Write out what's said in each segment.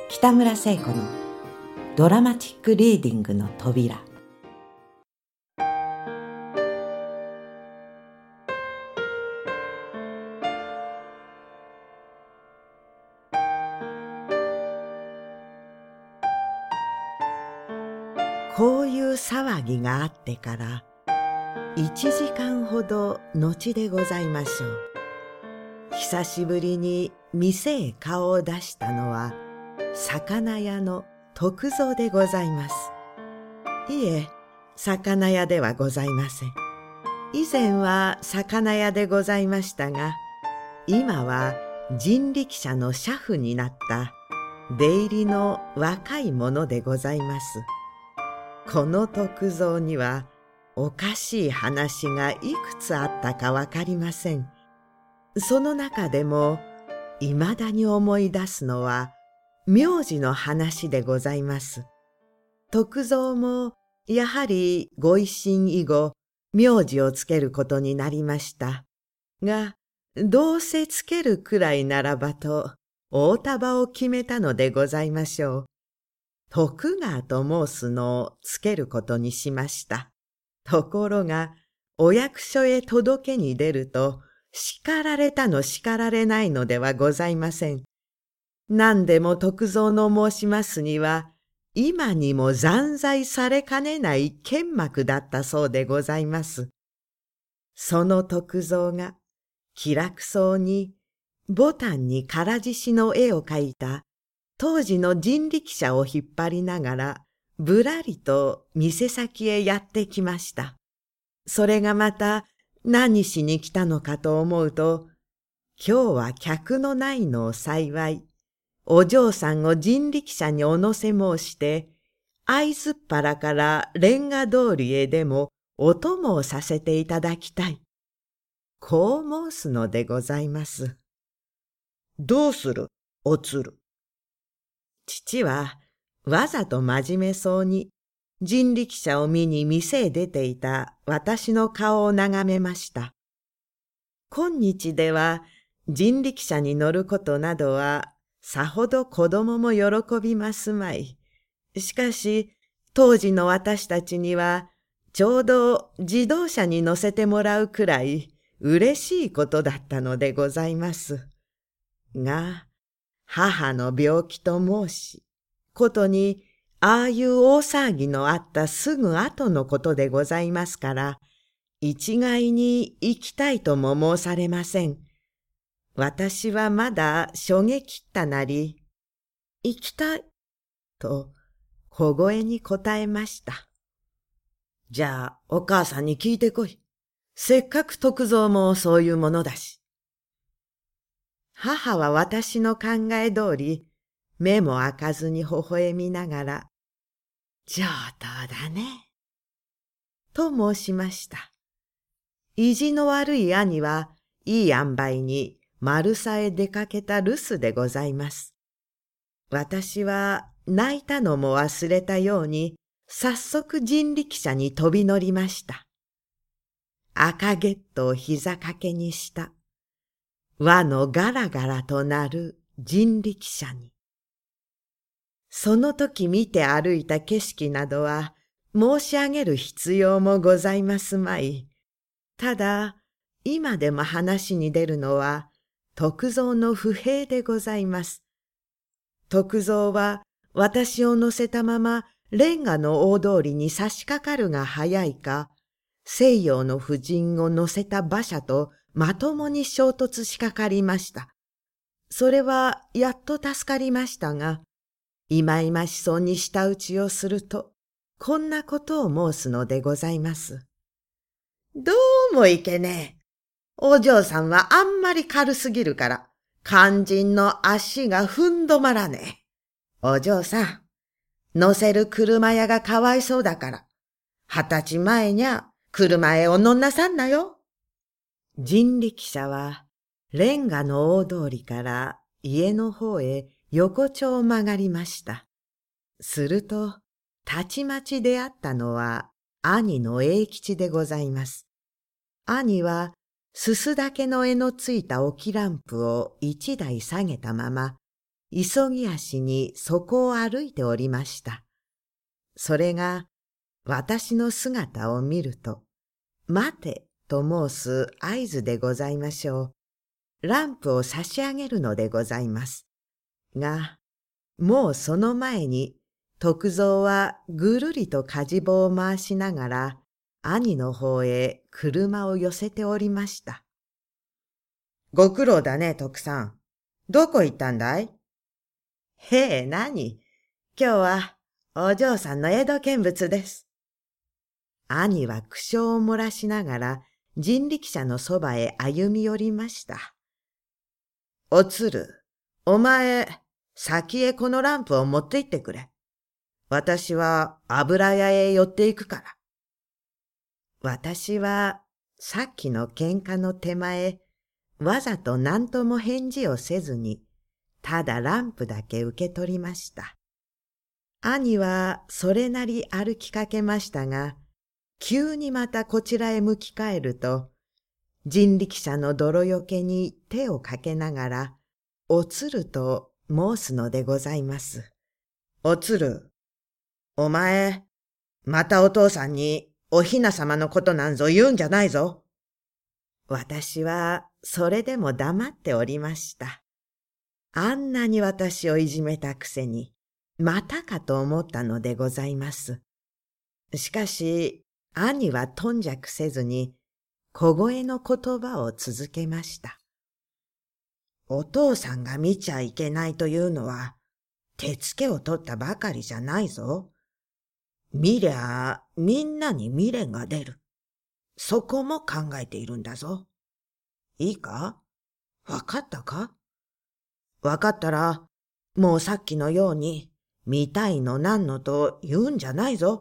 北村聖子のドラマチックリーディングの扉。こういう騒ぎがあってから1時間ほど後でございましょう。久しぶりに店へ顔を出したのは魚屋の徳蔵でございます。いえ、魚屋ではございません。以前は魚屋でございましたが、今は人力車の車夫になった出入りの若い者でございます。この徳蔵にはおかしい話がいくつあったかわかりません。その中でもいまだに思い出すのは名字の話でございます。徳蔵もやはりご一新以後名字をつけることになりましたが、どうせつけるくらいならばと大束を決めたのでございましょう。徳川と申すのをつけることにしました。ところがお役所へ届けに出ると叱られたの叱られないのではございません。何でも徳蔵の申しますには今にも残罪されかねない剣幕だったそうでございます。その徳蔵が気楽そうにボタンに唐獅子の絵を描いた当時の人力車を引っ張りながらぶらりと店先へやってきました。それがまた何しに来たのかと思うと、今日は客のないのを幸い、お嬢さんを人力車にお乗せ申して、会津っ原からレンガ通りへでもお供をさせていただきたい。こう申すのでございます。 どうする、おつる。 父はわざと真面目そうに人力車を見に店へ出ていた私の顔を眺めました。今日では人力車に乗ることなどはさほど子供も喜びますまい。しかし当時の私たちにはちょうど自動車に乗せてもらうくらい嬉しいことだったのでございます。が、母の病気と申し、ことにああいう大騒ぎのあったすぐ後のことでございますから、一概に行きたいとも申されません。私はまだしょげ切ったなり、行きたい、と小声に答えました。 じゃあお母さんに聞いてこい。せっかく徳蔵もそういうものだし。 母は私の考え通り、目も開かずに微笑みながら、上等だね、と申しました。意地の悪い兄はいい塩梅に丸さへ出かけた留守でございます。私は泣いたのも忘れたように、早速人力車に飛び乗りました。赤ゲットを膝掛けにした。輪のガラガラとなる人力車に。その時見て歩いた景色などは申し上げる必要もございますまい。ただ、今でも話に出るのは徳蔵の不平でございます。徳蔵は私を乗せたままレンガの大通りに差し掛かるが早いか、西洋の婦人を乗せた馬車とまともに衝突しかかりました。それはやっと助かりましたが、いまいましそうに舌打ちをすると、こんなことを申すのでございます。 どうもいけねえ。お嬢さんはあんまり軽すぎるから、肝心の足が踏んどまらねえ。お嬢さん、乗せる車屋がかわいそうだから、20歳前にゃ車へお乗んなさんなよ。 人力車はレンガの大通りから家の方へ横丁を曲がりました。すると、たちまち出会ったのは兄の栄吉でございます。兄はすすだけの柄のついた置きランプを一台下げたまま、 急ぎ足にそこを歩いておりました。それが私の姿を見ると、待てと申す合図でございましょう。ランプを差し上げるのでございます。が、もうその前に、徳蔵はぐるりと舵棒を回しながら、兄の方へ車を寄せておりました。 ご苦労だね、徳さん。どこ行ったんだい？ へえ、何？今日はお嬢さんの江戸見物です。兄は苦笑を漏らしながら人力車のそばへ歩み寄りました。 おつる、お前、先へこのランプを持って行ってくれ。私は油屋へ寄って行くから。 私はさっきの喧嘩の手前、わざと何とも返事をせずに、ただランプだけ受け取りました。兄はそれなり歩きかけましたが、急にまたこちらへ向き返ると、人力車の泥よけに手をかけながら、おつると申すのでございます。 おつる、お前、またお父さんにおひなさまのことなんぞ言うんじゃないぞ。 私はそれでも黙っておりました。あんなに私をいじめたくせに、またかと思ったのでございます。しかし、兄は頓着せずに、小声の言葉を続けました。 お父さんが見ちゃいけないというのは、手付けを取ったばかりじゃないぞ。見りゃみんなに未練が出る。そこも考えているんだぞ。いいか？わかったか？わかったら、もうさっきのように、見たいのなんのと言うんじゃないぞ。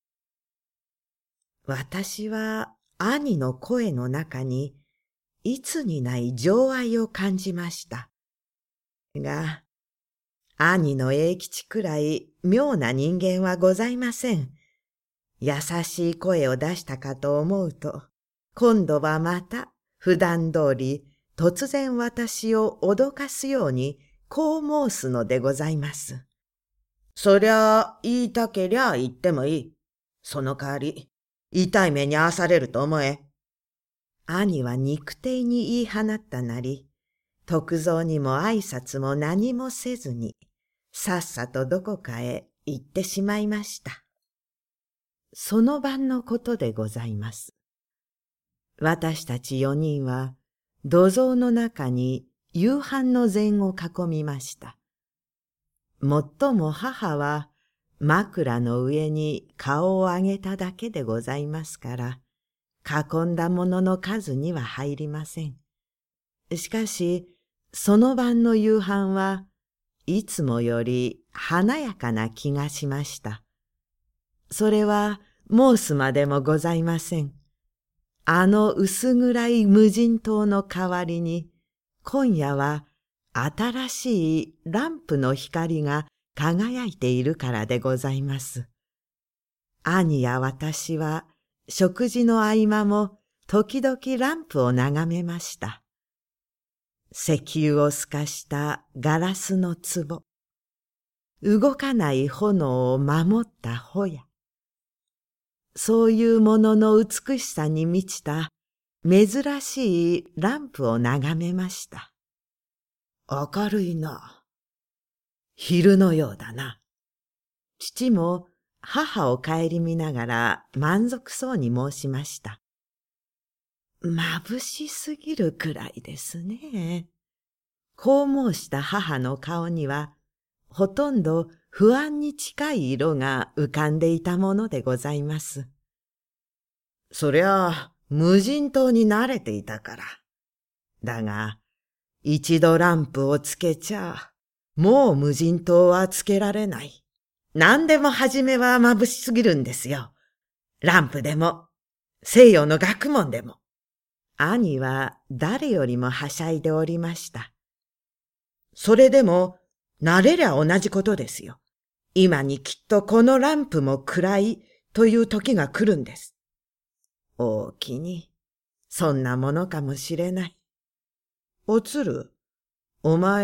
私は兄の声の中にいつにない情愛を感じました。が、兄の英吉くらい妙な人間はございません。優しい声を出したかと思うと、今度はまた普段通り突然私を脅かすようにこう申すのでございます。 そりゃ言いたけりゃ言ってもいい。その代わり、痛い目に遭わされると思え。 兄は肉体に言い放ったなり、徳蔵にも挨拶も何もせずに、さっさとどこかへ行ってしまいました。その晩のことでございます。私たち4人は、土蔵の中に夕飯の膳を囲みました。もっとも母は、枕の上に顔を上げただけでございますから、囲んだものの数には入りません。しかし、その晩の夕飯はいつもより華やかな気がしました。それは申すまでもございません。あの薄暗い無人島の代わりに、今夜は新しいランプの光が輝いているからでございます。兄や私は食事の合間も時々ランプを眺めました。石油を透かしたガラスの壺、動かない炎を守ったホヤ、そういうものの美しさに満ちた珍しいランプを眺めました。 明るいな。昼のようだな。 父も母を顧みながら満足そうに申しました。眩しすぎるくらいですね。こう申した母の顔には、ほとんど不安に近い色が浮かんでいたものでございます。 そりゃあ、無人島に慣れていたから。だが、一度ランプをつけちゃ、もう無人島はつけられない。何でも初めは眩しすぎるんですよ。ランプでも、西洋の学問でも。 兄は誰よりもはしゃいでおりました。 それでも、慣れりゃ同じことですよ。今にきっとこのランプも暗いという時が来るんです。 おおきに、そんなものかもしれない。 おつる、お前、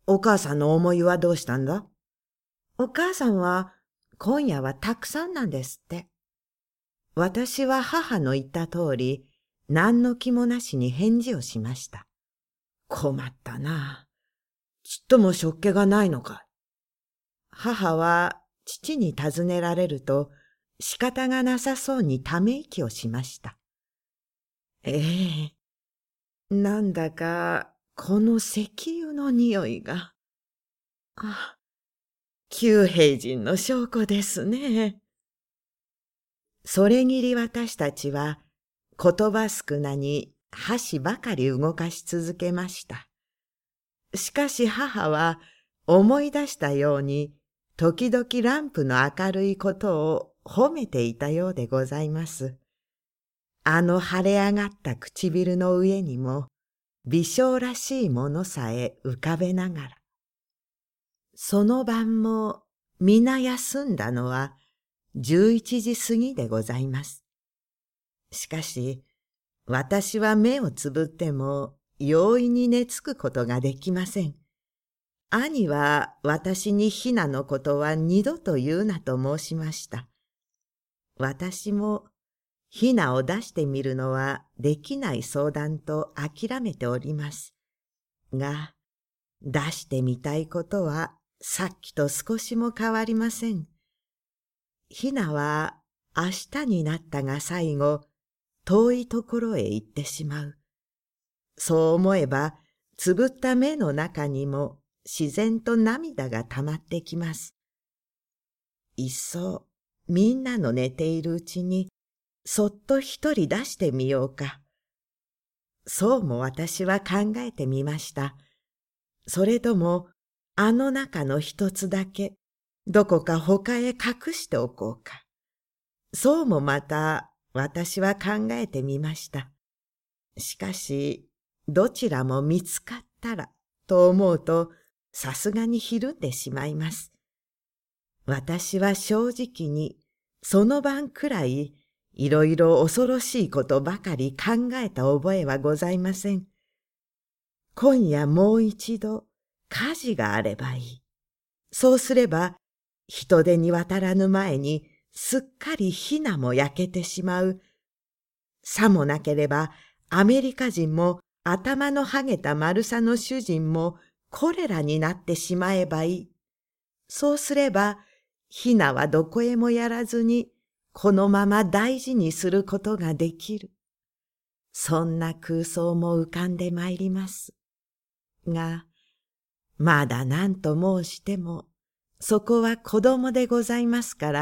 お母さんの思いはどうしたんだ？ お母さんは今夜はたくさんなんですって。私は母の言った通り、何の気もなしに返事をしました。 困ったな。ちっともしょっけがないのかい。 母は父に尋ねられると仕方がなさそうにため息をしました。なんだかこの石油の匂いが。旧平人の証拠ですね。それぎり私たちは言葉少なに箸ばかり動かし続けました。しかし母は思い出したように時々ランプの明るいことを褒めていたようでございます。あの腫れ上がった唇の上にも微笑らしいものさえ浮かべながら。その晩も皆休んだのは11時過ぎでございます。しかし私は目をつぶっても容易に寝つくことができません。兄は私にひなのことは二度と言うなと申しました。私もひなを出してみるのはできない相談と諦めております。が、出してみたいことはさっきと少しも変わりません。ひなは明日になったが最後、遠いところへ行ってしまう。そう思えば、つぶった目の中にも自然と涙がたまってきます。いっそみんなの寝ているうちにそっと一人出してみようか。そうも私は考えてみました。それともあの中の一つだけどこか他へ隠しておこうか。そうもまた私は考えてみました。しかしどちらも見つかったらと思うとさすがにひるんでしまいます。私は正直にその晩くらいいろいろ恐ろしいことばかり考えた覚えはございません。今夜もう一度火事があればいい。そうすれば人手に渡らぬ前にすっかりひなも焼けてしまう。さもなければアメリカ人も頭のはげた丸さの主人もコレラになってしまえばいい。そうすればひなはどこへもやらずにこのまま大事にすることができる。そんな空想も浮かんでまいります。が、まだ何と申しても、そこは子供でございますから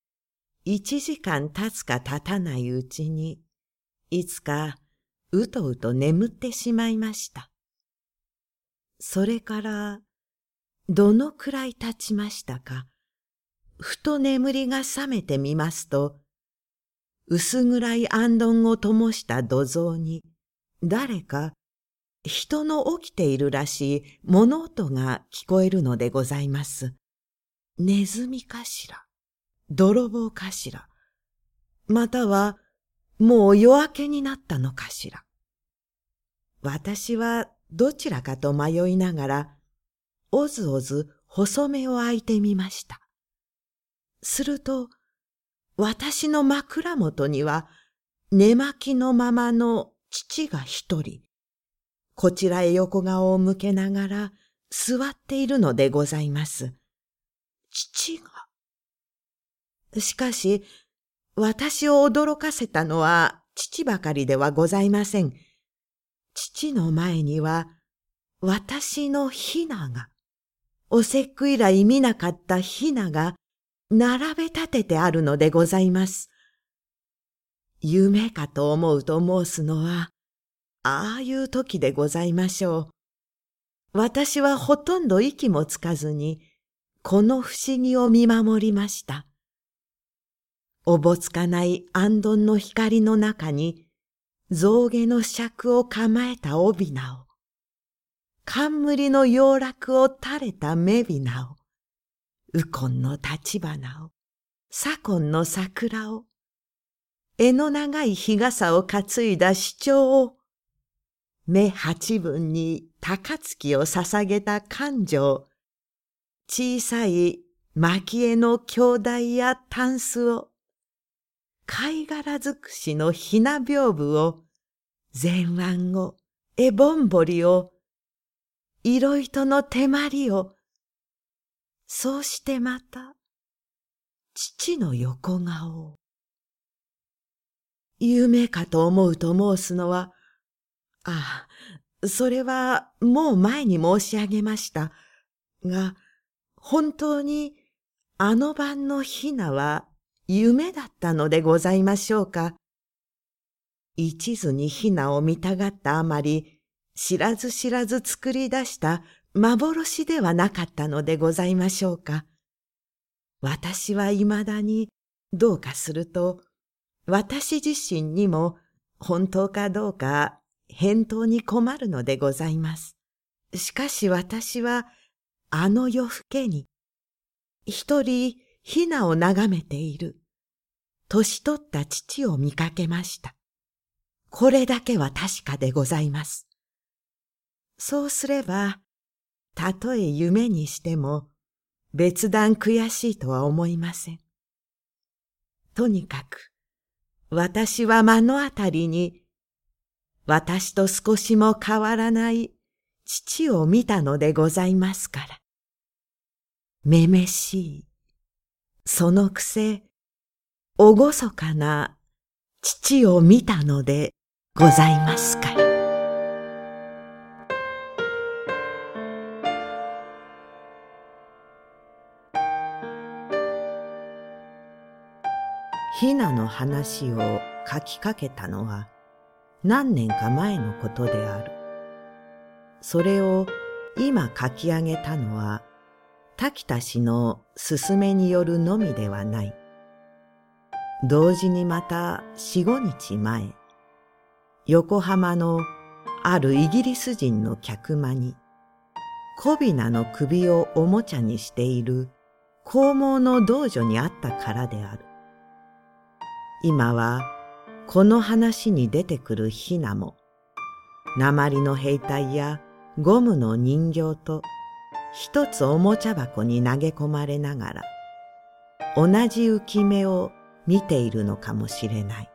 、1時間経つか経たないうちに、いつかうとうと眠ってしまいました。それから、どのくらい経ちましたか、ふと眠りが覚めてみますと、薄暗いあんどんを灯した土蔵に、誰か人の起きているらしい物音が聞こえるのでございます。ネズミかしら、泥棒かしら、またはもう夜明けになったのかしら。私はどちらかと迷いながら、おずおず細目を開いてみました。すると、私の枕元には寝巻きのままの父が一人、こちらへ横顔を向けながら座っているのでございます。父が。しかし、私を驚かせたのは父ばかりではございません。父の前には私のひなが、お節句以来見なかったひなが並べ立ててあるのでございます。夢かと思うと申すのは、ああいう時でございましょう。私はほとんど息もつかずに、この不思議を見守りました。おぼつかないあんどんの光の中に、象牙の尺を構えた帯名を、冠の洋楽を垂れた目びなを、ウコンの立花を、左近の桜を、柄の長い日傘を担いだ市長を、 目八分に高月を捧げた勘定、小さい蒔絵の鏡台やタンスを、貝殻尽くしのひな屏風を、前腕を、えぼんぼりを、色糸の手まりを、そうしてまた、父の横顔を。夢かと思うと申すのは、それはもう前に申し上げました。が、本当にあの晩のひなは夢だったのでございましょうか。一途にひなを見たがったあまり、知らず知らず作り出した幻ではなかったのでございましょうか。私は未だにどうかすると、私自身にも本当かどうか返答に困るのでございます。しかし私はあの夜更けに一人ひなを眺めている年取った父を見かけました。これだけは確かでございます。そうすれば、たとえ夢にしても別段悔しいとは思いません。とにかく、私は目のあたりに、私と少しも変わらない父を見たのでございますから。めめしい、そのくせ、おごそかな父を見たのでございますから。ひなの話を書きかけたのは何年か前のことである。それを今書き上げたのは滝田氏の勧めによるのみではない。同時にまた4、5日前、横浜のあるイギリス人の客間に、小びなの首をおもちゃにしている黄毛の道女にあったからである。今はこの話に出てくるひなも、鉛の兵隊やゴムの人形と一つおもちゃ箱に投げ込まれながら、同じ浮き目を見ているのかもしれない。